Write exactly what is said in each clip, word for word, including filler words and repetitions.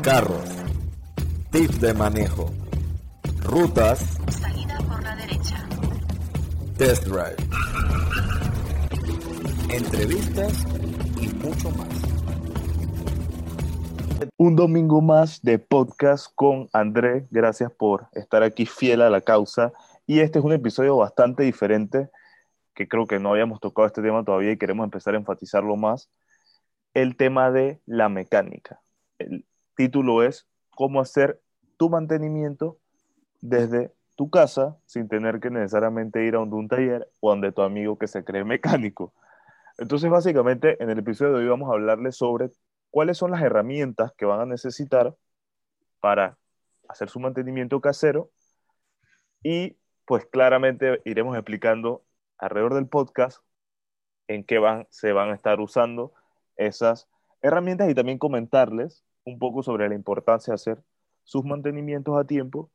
carros, tips de manejo, rutas, salida por la derecha, test drive, entrevistas y mucho más. Un domingo más de podcast con André. Gracias por estar aquí fiel a la causa. Y este es un episodio bastante diferente, que creo que no habíamos tocado este tema todavía y queremos empezar a enfatizarlo más. El tema de la mecánica. El título es cómo hacer tu mantenimiento desde tu casa sin tener que necesariamente ir a donde un taller o donde tu amigo que se cree mecánico. Entonces, básicamente, en el episodio de hoy vamos a hablarles sobre cuáles son las herramientas que van a necesitar para hacer su mantenimiento casero y, pues, claramente iremos explicando alrededor del podcast en qué van, se van a estar usando esas herramientas y también comentarles un poco sobre la importancia de hacer sus mantenimientos a tiempo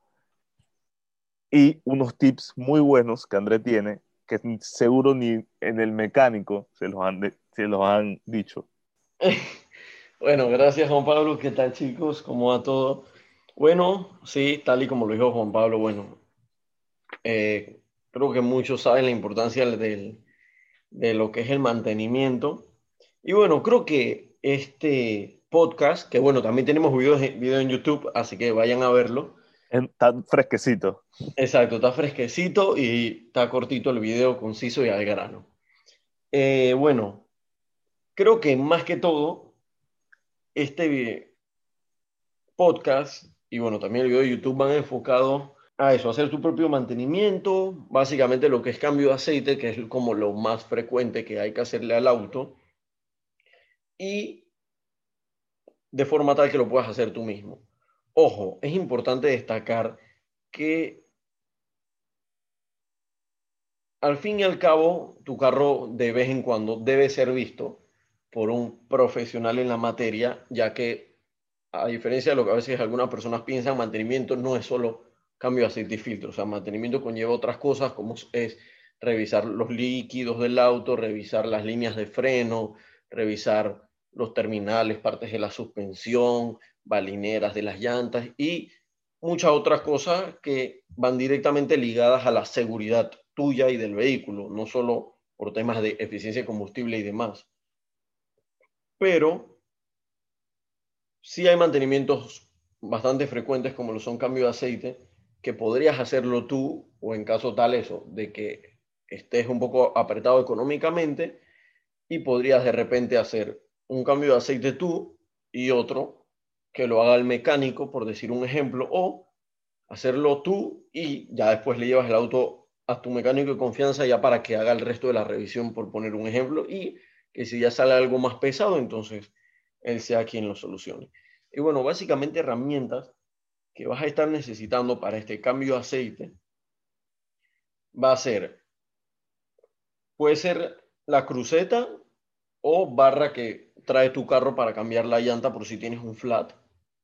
y unos tips muy buenos que André tiene que seguro ni en el mecánico se los han, de, se los han dicho. Bueno, gracias Juan Pablo. ¿Qué tal, chicos? ¿Cómo va todo? Bueno, sí, tal y como lo dijo Juan Pablo, bueno, eh, creo que muchos saben la importancia del, de lo que es el mantenimiento. Y bueno, creo que este podcast, que bueno, también tenemos videos, video en YouTube, así que vayan a verlo. En, tan fresquecito. Exacto, está fresquecito y está cortito el video, conciso y al grano. Eh, bueno, creo que más que todo, este podcast y bueno, también el video de YouTube van enfocados a eso, a hacer tu propio mantenimiento, básicamente lo que es cambio de aceite, que es como lo más frecuente que hay que hacerle al auto, y de forma tal que lo puedas hacer tú mismo. Ojo, es importante destacar que al fin y al cabo, tu carro de vez en cuando debe ser visto por un profesional en la materia, ya que a diferencia de lo que a veces algunas personas piensan, mantenimiento no es solo cambio de aceite y filtro, o sea, mantenimiento conlleva otras cosas como es revisar los líquidos del auto, revisar las líneas de freno, revisar los terminales, partes de la suspensión, balineras de las llantas y muchas otras cosas que van directamente ligadas a la seguridad tuya y del vehículo, no solo por temas de eficiencia de combustible y demás. Pero sí hay mantenimientos bastante frecuentes como lo son cambio de aceite, que podrías hacerlo tú o en caso tal eso, de que estés un poco apretado económicamente y podrías de repente hacer un cambio de aceite tú y otro que lo haga el mecánico, por decir un ejemplo, o hacerlo tú y ya después le llevas el auto a tu mecánico de confianza ya para que haga el resto de la revisión, por poner un ejemplo, y que si ya sale algo más pesado, entonces él sea quien lo solucione. Y bueno, básicamente herramientas que vas a estar necesitando para este cambio de aceite va a ser, puede ser la cruceta o barra que trae tu carro para cambiar la llanta por si tienes un flat.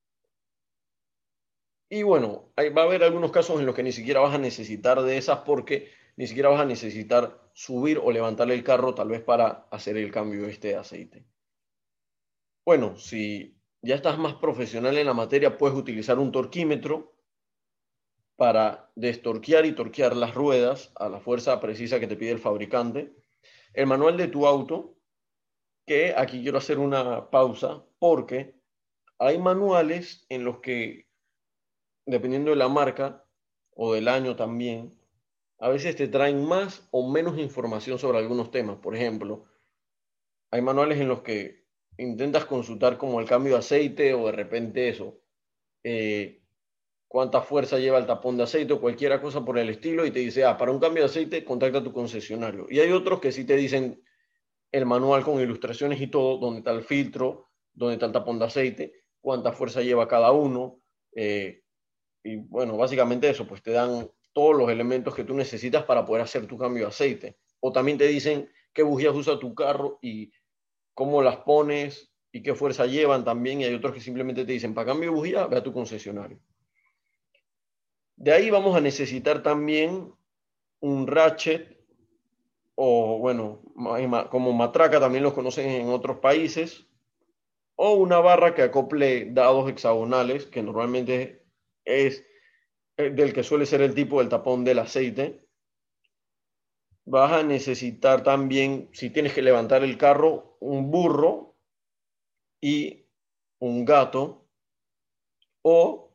Y bueno, hay, va a haber algunos casos en los que ni siquiera vas a necesitar de esas porque ni siquiera vas a necesitar subir o levantar el carro tal vez para hacer el cambio este de aceite. Bueno, si ya estás más profesional en la materia, puedes utilizar un torquímetro para destorquear y torquear las ruedas a la fuerza precisa que te pide el fabricante. El manual de tu auto, que aquí quiero hacer una pausa porque hay manuales en los que, dependiendo de la marca o del año también, a veces te traen más o menos información sobre algunos temas. Por ejemplo, hay manuales en los que intentas consultar como el cambio de aceite o de repente eso, eh, cuánta fuerza lleva el tapón de aceite o cualquier cosa por el estilo y te dice, ah, para un cambio de aceite contacta a tu concesionario. Y hay otros que sí te dicen el manual con ilustraciones y todo, donde está el filtro, donde está el tapón de aceite, cuánta fuerza lleva cada uno. Eh, y bueno, básicamente eso, pues te dan todos los elementos que tú necesitas para poder hacer tu cambio de aceite. O también te dicen qué bujías usa tu carro y cómo las pones y qué fuerza llevan también. Y hay otros que simplemente te dicen, para cambio de bujía, ve a tu concesionario. De ahí vamos a necesitar también un ratchet o bueno, como matraca también los conocen en otros países. o una barra que acople dados hexagonales, que normalmente es del que suele ser el tipo del tapón del aceite. Vas a necesitar también, si tienes que levantar el carro, un burro y un gato, o,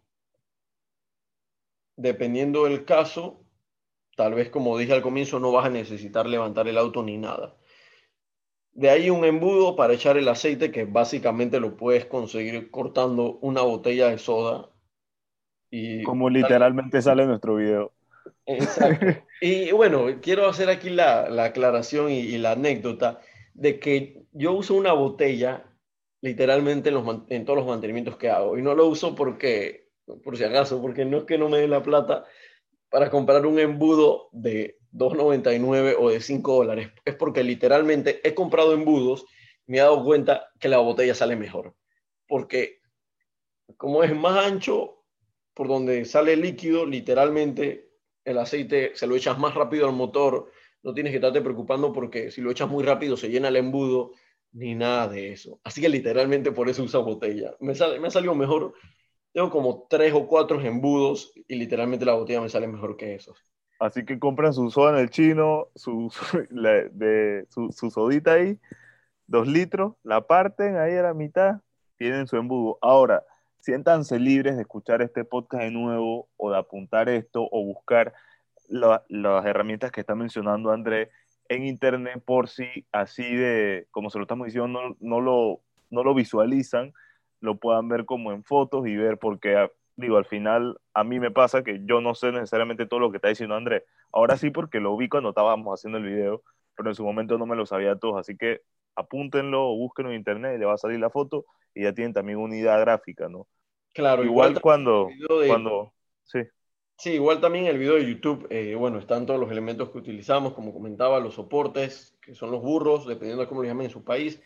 dependiendo del caso, tal vez como dije al comienzo, no vas a necesitar levantar el auto ni nada. De ahí un embudo para echar el aceite, que básicamente lo puedes conseguir cortando una botella de soda. Y Como literalmente sale en nuestro video. exacto. Y bueno, quiero hacer aquí la, la aclaración y, y la anécdota de que yo uso una botella literalmente en, los, en todos los mantenimientos que hago. Y no lo uso porque, por si acaso, porque no es que no me dé la plata para comprar un embudo de dos noventa y nueve o de cinco dólares. Es porque literalmente he comprado embudos y me he dado cuenta que la botella sale mejor. Porque como es más ancho, por donde sale el líquido, literalmente el aceite se lo echas más rápido al motor, no tienes que estarte preocupando porque si lo echas muy rápido se llena el embudo, ni nada de eso. Así que literalmente por eso uso botella. Me, sale, me ha salido mejor, tengo como tres o cuatro embudos y literalmente la botella me sale mejor que esos. Así que compran su soda en el chino, su, su, la- de, su, su sodita ahí, dos litros, la parten ahí a la mitad, tienen su embudo. Ahora, siéntanse libres de escuchar este podcast de nuevo o de apuntar esto o buscar la- las herramientas que está mencionando André en internet por si así de, como se lo estamos diciendo, no, no lo, no lo visualizan, lo puedan ver como en fotos y ver porque, a- digo, al final a mí me pasa que yo no sé necesariamente todo lo que está diciendo André. Ahora sí porque lo vi cuando estábamos haciendo el video, pero en su momento no me lo sabía todos, así que apúntenlo o búsquenlo en internet y le va a salir la foto y ya tienen también una idea gráfica, ¿no? Claro, igual Igual también el cuando, video de, cuando, sí. sí, igual también el video de YouTube, eh, bueno, están todos los elementos que utilizamos, como comentaba, los soportes, que son los burros, dependiendo de cómo lo llamen en su país,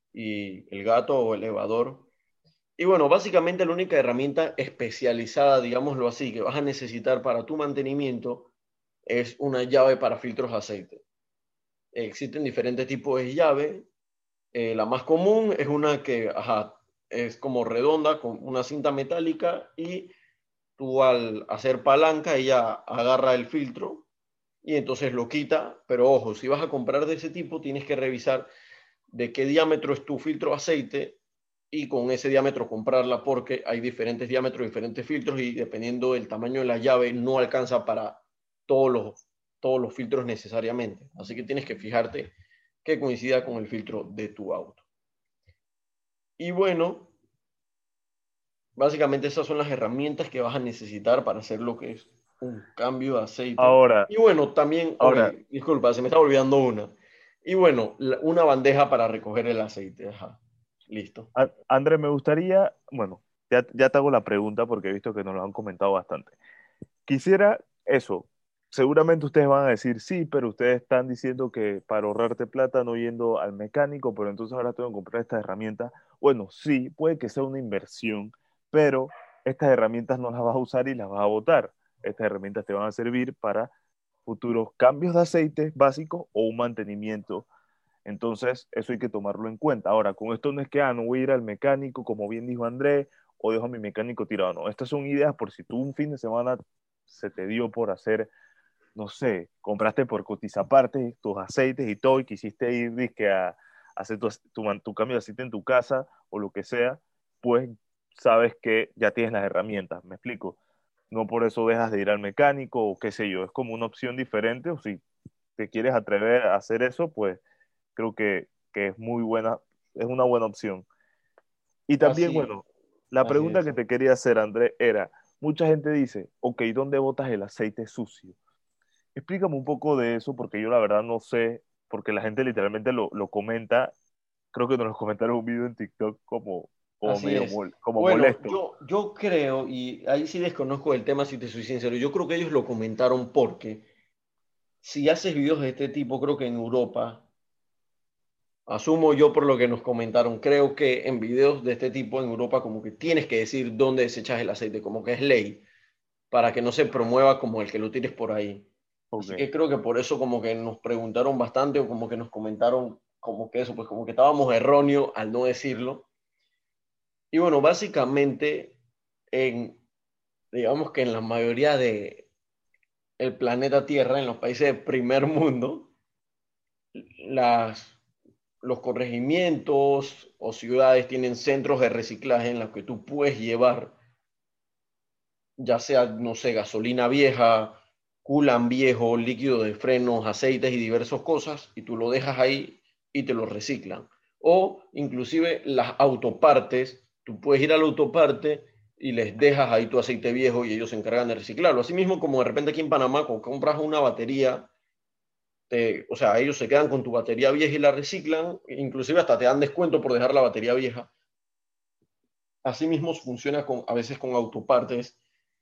y el gato o elevador. Y bueno, básicamente la única herramienta especializada, digámoslo así, que vas a necesitar para tu mantenimiento es una llave para filtros de aceite. Eh, existen diferentes tipos de llave. Eh, la más común es una que, ajá, es como redonda con una cinta metálica y tú al hacer palanca ella agarra el filtro y entonces lo quita. Pero ojo, si vas a comprar de ese tipo tienes que revisar de qué diámetro es tu filtro de aceite y con ese diámetro comprarla porque hay diferentes diámetros, diferentes filtros y dependiendo del tamaño de la llave no alcanza para todos los, todos los filtros necesariamente. Así que tienes que fijarte que coincida con el filtro de tu auto. Y bueno, básicamente esas son las herramientas que vas a necesitar para hacer lo que es un cambio de aceite. Ahora, Y bueno, también, ok, ahora, disculpa, se me está olvidando una. Y bueno, la- una bandeja para recoger el aceite. Ajá, listo. A- André, me gustaría, bueno, ya, ya te hago la pregunta porque he visto que nos lo han comentado bastante. Quisiera eso. Seguramente ustedes van a decir sí, pero ustedes están diciendo que para ahorrarte plata no yendo al mecánico, pero entonces ahora tengo que comprar estas herramientas. Bueno, sí, puede que sea una inversión, pero estas herramientas no las vas a usar y las vas a botar. Estas herramientas te van a servir para futuros cambios de aceite básicos o un mantenimiento. Entonces, eso hay que tomarlo en cuenta. Ahora, con esto no es que, ah, no voy a ir al mecánico, como bien dijo Andrés, o dejo a mi mecánico tirado. No, estas son ideas por si tú un fin de semana se te dio por hacer, no sé, compraste por cotizaparte tus aceites y todo, y quisiste ir dizque, a, a hacer tu, tu, tu cambio de aceite en tu casa o lo que sea, pues sabes que ya tienes las herramientas. ¿Me explico? No por eso dejas de ir al mecánico o qué sé yo. Es como una opción diferente, o si te quieres atrever a hacer eso, pues creo que, que es muy buena, es una buena opción. Y también, Así, bueno, la así pregunta es. que te quería hacer, Andrés, era, mucha gente dice, ok, ¿dónde botas el aceite sucio? Explícame un poco de eso, porque yo la verdad no sé, porque la gente literalmente lo, lo comenta, creo que nos lo comentaron en un video en TikTok como, como Así medio es. mol- como Bueno, molesto. yo, yo creo, y ahí sí desconozco el tema, si te soy sincero, yo creo que ellos lo comentaron porque si haces videos de este tipo, creo que en Europa, asumo yo por lo que nos comentaron, creo que en videos de este tipo en Europa como que tienes que decir dónde desechas el aceite, como que es ley, para que no se promueva como el que lo tires por ahí. Ok, Así que creo que por eso como que nos preguntaron bastante o como que nos comentaron como que eso, pues como que estábamos erróneos al no decirlo. Y bueno, básicamente, en, digamos que en la mayoría de el planeta Tierra, en los países de primer mundo, las, los corregimientos o ciudades tienen centros de reciclaje en los que tú puedes llevar, ya sea, no sé, gasolina vieja, culan viejo, líquido de frenos, aceites y diversas cosas, y tú lo dejas ahí y te lo reciclan. O inclusive las autopartes, tú puedes ir a la autoparte y les dejas ahí tu aceite viejo y ellos se encargan de reciclarlo. Asimismo, como de repente aquí en Panamá, cuando compras una batería, te, o sea, ellos se quedan con tu batería vieja y la reciclan, inclusive hasta te dan descuento por dejar la batería vieja. Asimismo funciona con, a veces con autopartes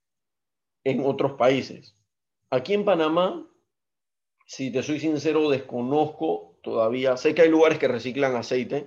en otros países. Aquí en Panamá, si te soy sincero, desconozco todavía. Sé que hay lugares que reciclan aceite.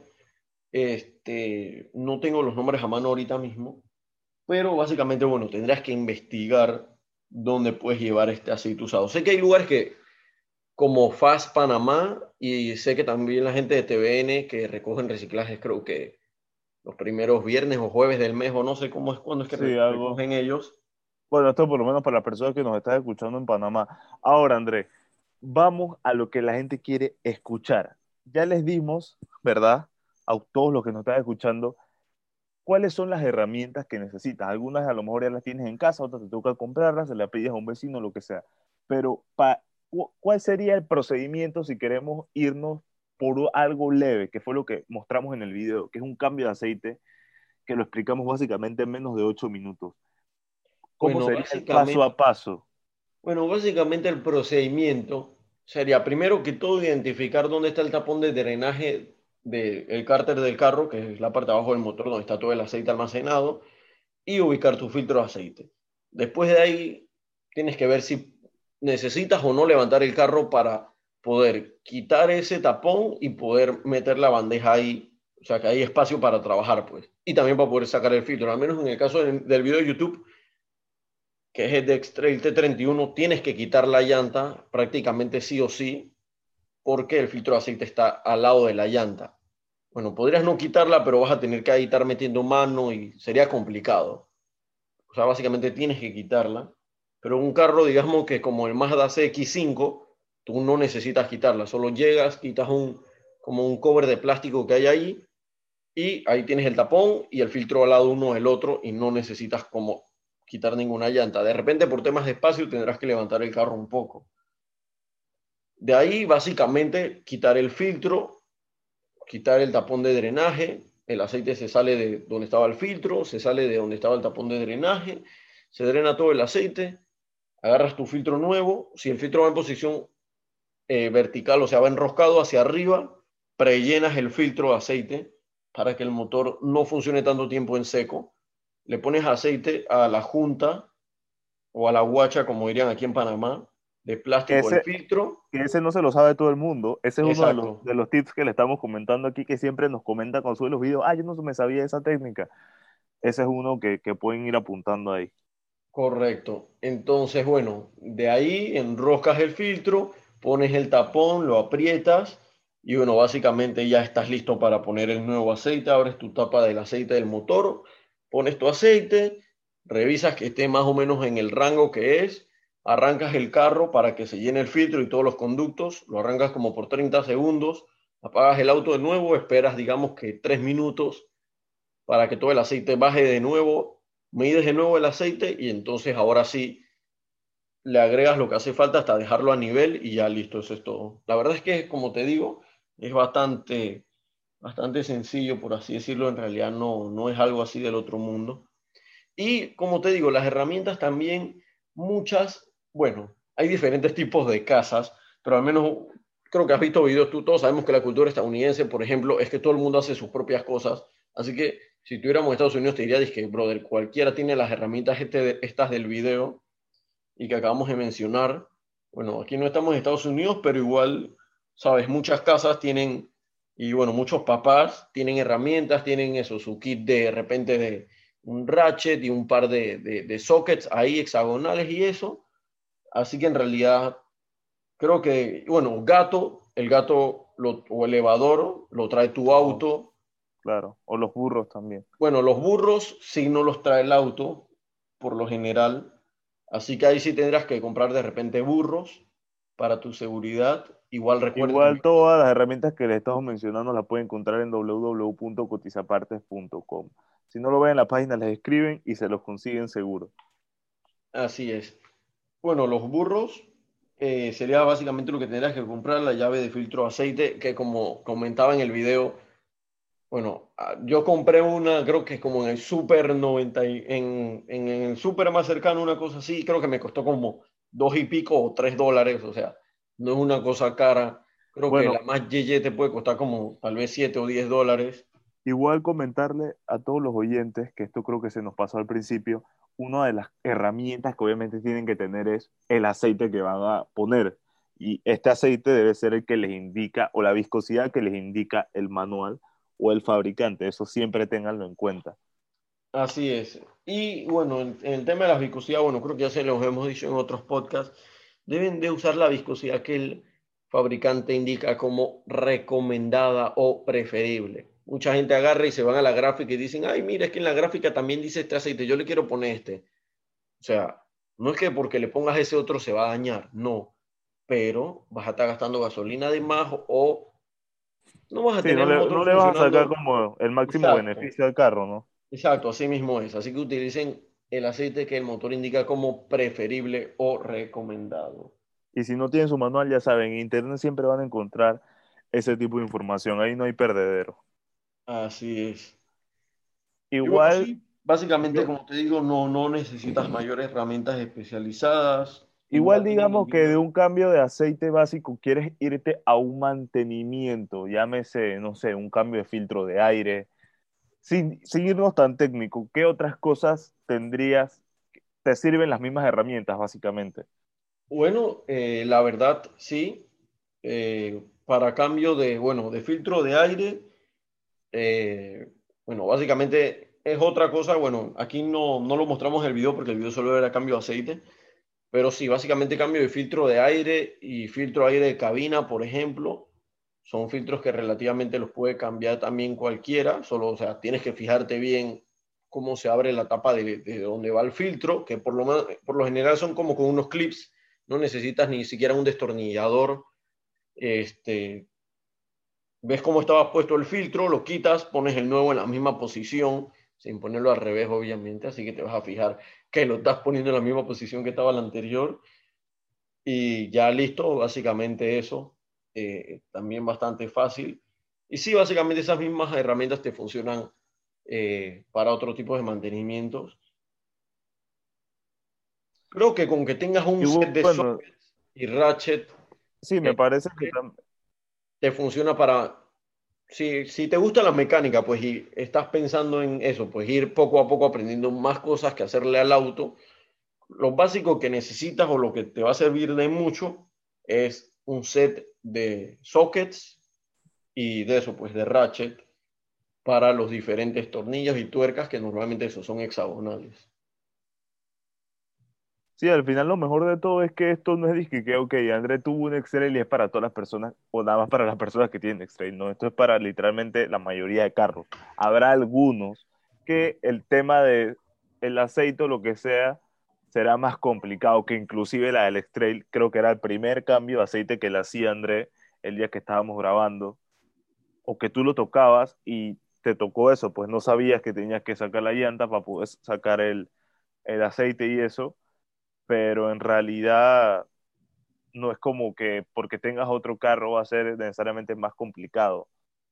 Este, no tengo los nombres a mano ahorita mismo, pero básicamente, bueno, tendrás que investigar dónde puedes llevar este aceite usado. Sé que hay lugares que, como F A S Panamá, y sé que también la gente de T V N que recogen reciclajes, creo que los primeros viernes o jueves del mes, o no sé cómo es, cuándo es que Sí, re- algo. recogen ellos. Bueno, esto por lo menos para las personas que nos están escuchando en Panamá. Ahora, Andrés, vamos a lo que la gente quiere escuchar. Ya les dimos, ¿verdad? A todos los que nos están escuchando, cuáles son las herramientas que necesitas. Algunas a lo mejor ya las tienes en casa, otras te toca comprarlas, se las pides a un vecino, lo que sea. Pero, pa, cu- ¿cuál sería el procedimiento si queremos irnos por algo leve, que fue lo que mostramos en el video, que es un cambio de aceite, que lo explicamos básicamente en menos de ocho minutos? ¿Cómo Bueno, sería el paso básicamente, a paso? bueno, básicamente el procedimiento sería primero que todo identificar dónde está el tapón de drenaje del cárter del carro, que es la parte de abajo del motor donde está todo el aceite almacenado, y ubicar tu filtro de aceite. Después de ahí tienes que ver si necesitas o no levantar el carro para poder quitar ese tapón y poder meter la bandeja ahí, o sea que hay espacio para trabajar, pues. Y también para poder sacar el filtro. Al menos en el caso del, del video de YouTube, que es el de X-Trail T treinta y uno, tienes que quitar la llanta prácticamente sí o sí, porque el filtro de aceite está al lado de la llanta. Bueno, podrías no quitarla, pero vas a tener que ahí estar metiendo mano y sería complicado. O sea, básicamente tienes que quitarla. Pero un carro, digamos que como el Mazda C X cinco, tú no necesitas quitarla. Solo llegas, quitas un, como un cover de plástico que hay ahí y ahí tienes el tapón y el filtro al lado uno del otro y no necesitas como quitar ninguna llanta. De repente, por temas de espacio, tendrás que levantar el carro un poco. De ahí, básicamente, quitar el filtro, quitar el tapón de drenaje, el aceite se sale de donde estaba el filtro, se sale de donde estaba el tapón de drenaje, se drena todo el aceite, agarras tu filtro nuevo, si el filtro va en posición eh, vertical, o sea, va enroscado hacia arriba, prellenas el filtro de aceite para que el motor no funcione tanto tiempo en seco, le pones aceite a la junta o a la guacha, como dirían aquí en Panamá, de Que plástico del ese, filtro. que ese no se lo sabe todo el mundo. Ese es uno de los, Exacto. de los tips que le estamos comentando aquí, que siempre nos comenta con sube los videos. Ah, yo no me sabía esa técnica. Ese es uno que, que pueden ir apuntando ahí. Correcto. Entonces, bueno, de ahí enroscas el filtro, pones el tapón, lo aprietas y bueno, básicamente ya estás listo para poner el nuevo aceite. Abres tu tapa del aceite del motor, pones tu aceite, revisas que esté más o menos en el rango que es, arrancas el carro para que se llene el filtro y todos los conductos, lo arrancas como por treinta segundos, apagas el auto de nuevo, esperas digamos que tres minutos para que todo el aceite baje de nuevo, mides de nuevo el aceite y entonces ahora sí le agregas lo que hace falta hasta dejarlo a nivel y ya listo, eso es todo. La verdad es que, como te digo, es bastante, bastante sencillo, por así decirlo, en realidad no, no es algo así del otro mundo. Y como te digo, las herramientas también, muchas, bueno, hay diferentes tipos de casas, pero al menos creo que has visto videos, tú todos sabemos que la cultura estadounidense, por ejemplo, es que todo el mundo hace sus propias cosas, así que si tuviéramos Estados Unidos te diría, que brother, cualquiera tiene las herramientas este, estas del video y que acabamos de mencionar. Bueno, aquí no estamos en Estados Unidos, pero igual, sabes, muchas casas tienen, y bueno, muchos papás tienen herramientas, tienen eso, su kit de repente de un ratchet y un par de, de, de sockets ahí hexagonales y eso. Así que en realidad creo que, bueno, gato, el gato lo, o elevador lo trae tu Oh, auto. claro. O los burros también. Bueno, los burros sí no los trae el auto, por lo general. Así que ahí sí tendrás que comprar de repente burros para tu seguridad. Igual recuerden, Igual todas las herramientas que les estamos mencionando las pueden encontrar en w w w punto cotizapartes punto com. Si no lo ven en la página, les escriben y se los consiguen seguro. así es. Bueno, los burros eh, sería básicamente lo que tendrás que comprar, la llave de filtro de aceite, que como comentaba en el video, bueno, ah, yo compré una, creo que es como en el Super noventa, y- en, en el Super más cercano, una cosa así, creo que me costó como dos y pico o tres dólares, o sea, no es una cosa cara. Creo que Bueno, la más yeye te puede costar como tal vez siete o diez dólares. igual comentarle a todos los oyentes, que esto creo que se nos pasó al principio, una de las herramientas que obviamente tienen que tener es el aceite que van a poner. Y este aceite debe ser el que les indica, o la viscosidad que les indica el manual o el fabricante. Eso siempre ténganlo en cuenta. Así es. Y bueno, en, en el tema de la viscosidad, bueno, creo que ya se los hemos dicho en otros podcasts, deben de usar la viscosidad que el fabricante indica como recomendada o preferible. Mucha gente agarra y se van a la gráfica y dicen, ay, mira, es que en la gráfica también dice este aceite, yo le quiero poner este. O sea, no es que porque le pongas ese otro se va a dañar, no, pero vas a estar gastando gasolina de más o no vas a Sí, no tener el le, motor no le vas a sacar funcionando. como el máximo Exacto. beneficio al carro, ¿no? Exacto, así mismo es. Así que utilicen el aceite que el motor indica como preferible o recomendado. Y si no tienen su manual, ya saben, en internet siempre van a encontrar ese tipo de información. Ahí no hay perdedero. Así es. Y bueno, Igual, sí, básicamente, yo, como te digo, no, no necesitas mayores herramientas especializadas. igual Igual tienen el digamos que de video. un cambio de aceite básico quieres irte a un mantenimiento, llámese, no sé, un cambio de filtro de aire. Sin, sin irnos tan técnico, ¿qué otras cosas tendrías? Te sirven las mismas herramientas, básicamente. Bueno, eh, la verdad, sí. Eh, para cambio de, bueno, de filtro de aire, eh, bueno, básicamente es otra cosa. Bueno, aquí no, no lo mostramos en el video porque el video solo era cambio de aceite. Pero sí, básicamente cambio de filtro de aire y filtro de aire de cabina, por ejemplo, son filtros que relativamente los puede cambiar también cualquiera, solo, o sea, tienes que fijarte bien cómo se abre la tapa de, de donde va el filtro, que por lo, más, por lo general son como con unos clips, no necesitas ni siquiera un destornillador. Este, ves cómo estaba puesto el filtro, lo quitas, pones el nuevo en la misma posición, sin ponerlo al revés, obviamente, así que te vas a fijar que lo estás poniendo en la misma posición que estaba el anterior. Y ya listo, básicamente eso, eh, también bastante fácil. Y sí, básicamente esas mismas herramientas te funcionan eh, para otro tipo de mantenimientos. Creo que con que tengas un Y set de bueno, sockets y ratchet, sí, me eh, parece que tam- te funciona para... Si, si te gusta la mecánica, pues y estás pensando en eso, pues ir poco a poco aprendiendo más cosas que hacerle al auto, lo básico que necesitas o lo que te va a servir de mucho es un set de sockets y de eso, pues de ratchet para los diferentes tornillos y tuercas que normalmente esos son hexagonales. sí, al final lo mejor de todo es que esto no es disque que, ok, André tuvo un X-Trail y es para todas las personas, o nada más para las personas que tienen X-Trail, no, esto es para literalmente la mayoría de carros. Habrá algunos que el tema de el aceite o lo que sea será más complicado, que inclusive la del X-Trail, creo que era el primer cambio de aceite que le hacía André el día que estábamos grabando, o que tú lo tocabas y te tocó eso, pues no sabías que tenías que sacar la llanta para poder sacar el, el aceite y eso, pero en realidad no es como que porque tengas otro carro va a ser necesariamente más complicado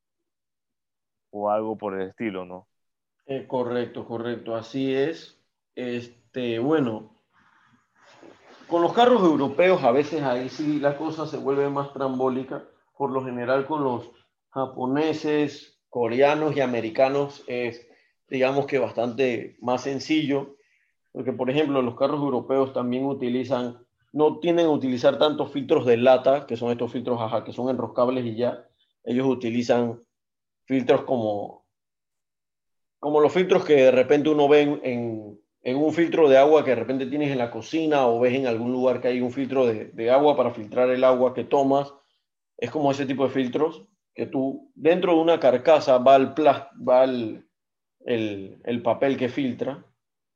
o algo por el estilo, ¿no? Eh, correcto, correcto, así es. Este, bueno, con los carros europeos a veces ahí sí la cosa se vuelve más trambólica. Por lo general con los japoneses, coreanos y americanos es, digamos que bastante más sencillo. Porque, por ejemplo, los carros europeos también utilizan, no tienden a utilizar tantos filtros de lata, que son estos filtros, ajá, que son enroscables y ya. Ellos utilizan filtros como, como los filtros que de repente uno ve en, en, en un filtro de agua que de repente tienes en la cocina o ves en algún lugar que hay un filtro de, de agua para filtrar el agua que tomas. Es como ese tipo de filtros. que tú, dentro de una carcasa va el, plas- va el, el, el papel que filtra.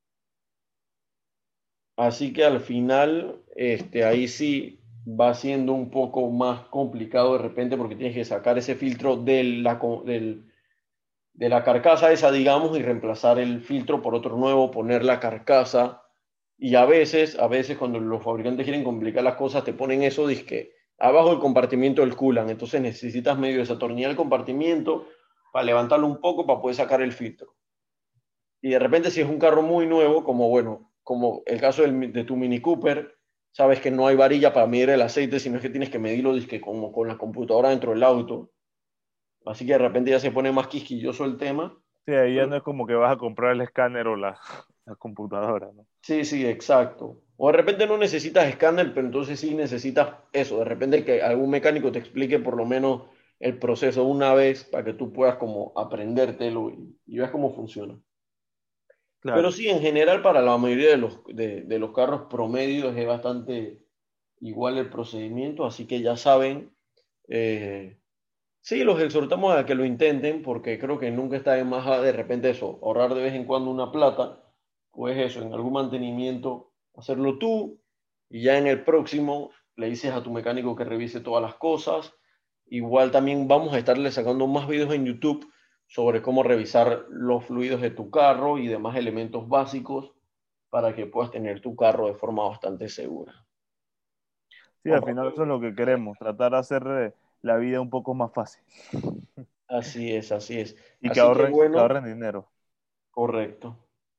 Así que al final, este, ahí sí va siendo un poco más complicado de repente porque tienes que sacar ese filtro de la, co- del, de la carcasa esa, digamos, y reemplazar el filtro por otro nuevo, poner la carcasa. Y a veces, a veces cuando los fabricantes quieren complicar las cosas, te ponen eso, dizque abajo del compartimiento del coolant. Entonces necesitas medio desatornillar el compartimiento para levantarlo un poco para poder sacar el filtro. Y de repente si es un carro muy nuevo, como bueno, como el caso del- de tu Mini Cooper, sabes que no hay varilla para medir el aceite, sino que tienes que medirlo dizque, como con la computadora dentro del auto. Así que de repente ya se pone más quisquilloso el tema. Sí, ahí ya Pero no es como que vas a comprar el escáner o la, la computadora, ¿no? sí, sí, exacto. O de repente no necesitas escáner, pero entonces sí necesitas eso. De repente que algún mecánico te explique por lo menos el proceso una vez para que tú puedas como aprendértelo y, y veas cómo funciona. Pero Claro. sí, en general para la mayoría de los, de, de los carros promedios es bastante igual el procedimiento, así que ya saben, eh, sí, los exhortamos a que lo intenten porque creo que nunca está de más a, de repente eso, ahorrar de vez en cuando una plata, pues eso, en algún mantenimiento, hacerlo tú y ya en el próximo le dices a tu mecánico que revise todas las cosas. Igual también vamos a estarle sacando más videos en YouTube sobre cómo revisar los fluidos de tu carro y demás elementos básicos para que puedas tener tu carro de forma bastante segura. Sí, al final eso es lo que queremos, tratar de hacer eh, la vida un poco más fácil Así es, así es. y que Así que ahorren, que bueno, ahorren dinero. correcto.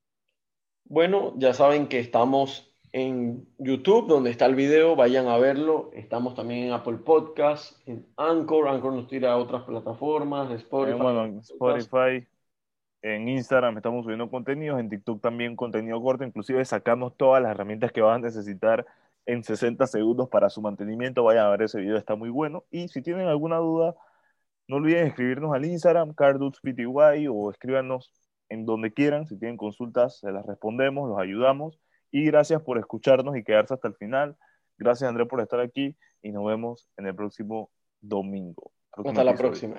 Bueno, ya saben que estamos en YouTube, donde está el video, vayan a verlo. Estamos también en Apple Podcasts, en Anchor. Anchor nos tira a otras plataformas, de Eh, Spotify, bueno, en Podcast. Spotify, en Instagram estamos subiendo contenidos, en TikTok también contenido corto, inclusive sacamos todas las herramientas que van a necesitar en sesenta segundos para su mantenimiento. Vayan a ver ese video, está muy bueno. Y si tienen alguna duda, no olviden escribirnos al Instagram, CarDutesPty, o escríbanos en donde quieran. Si tienen consultas, se las respondemos, los ayudamos. Y gracias por escucharnos y quedarse hasta el final. Gracias, André, por estar aquí y nos vemos en el próximo domingo, próximo Hasta la episodio. próxima.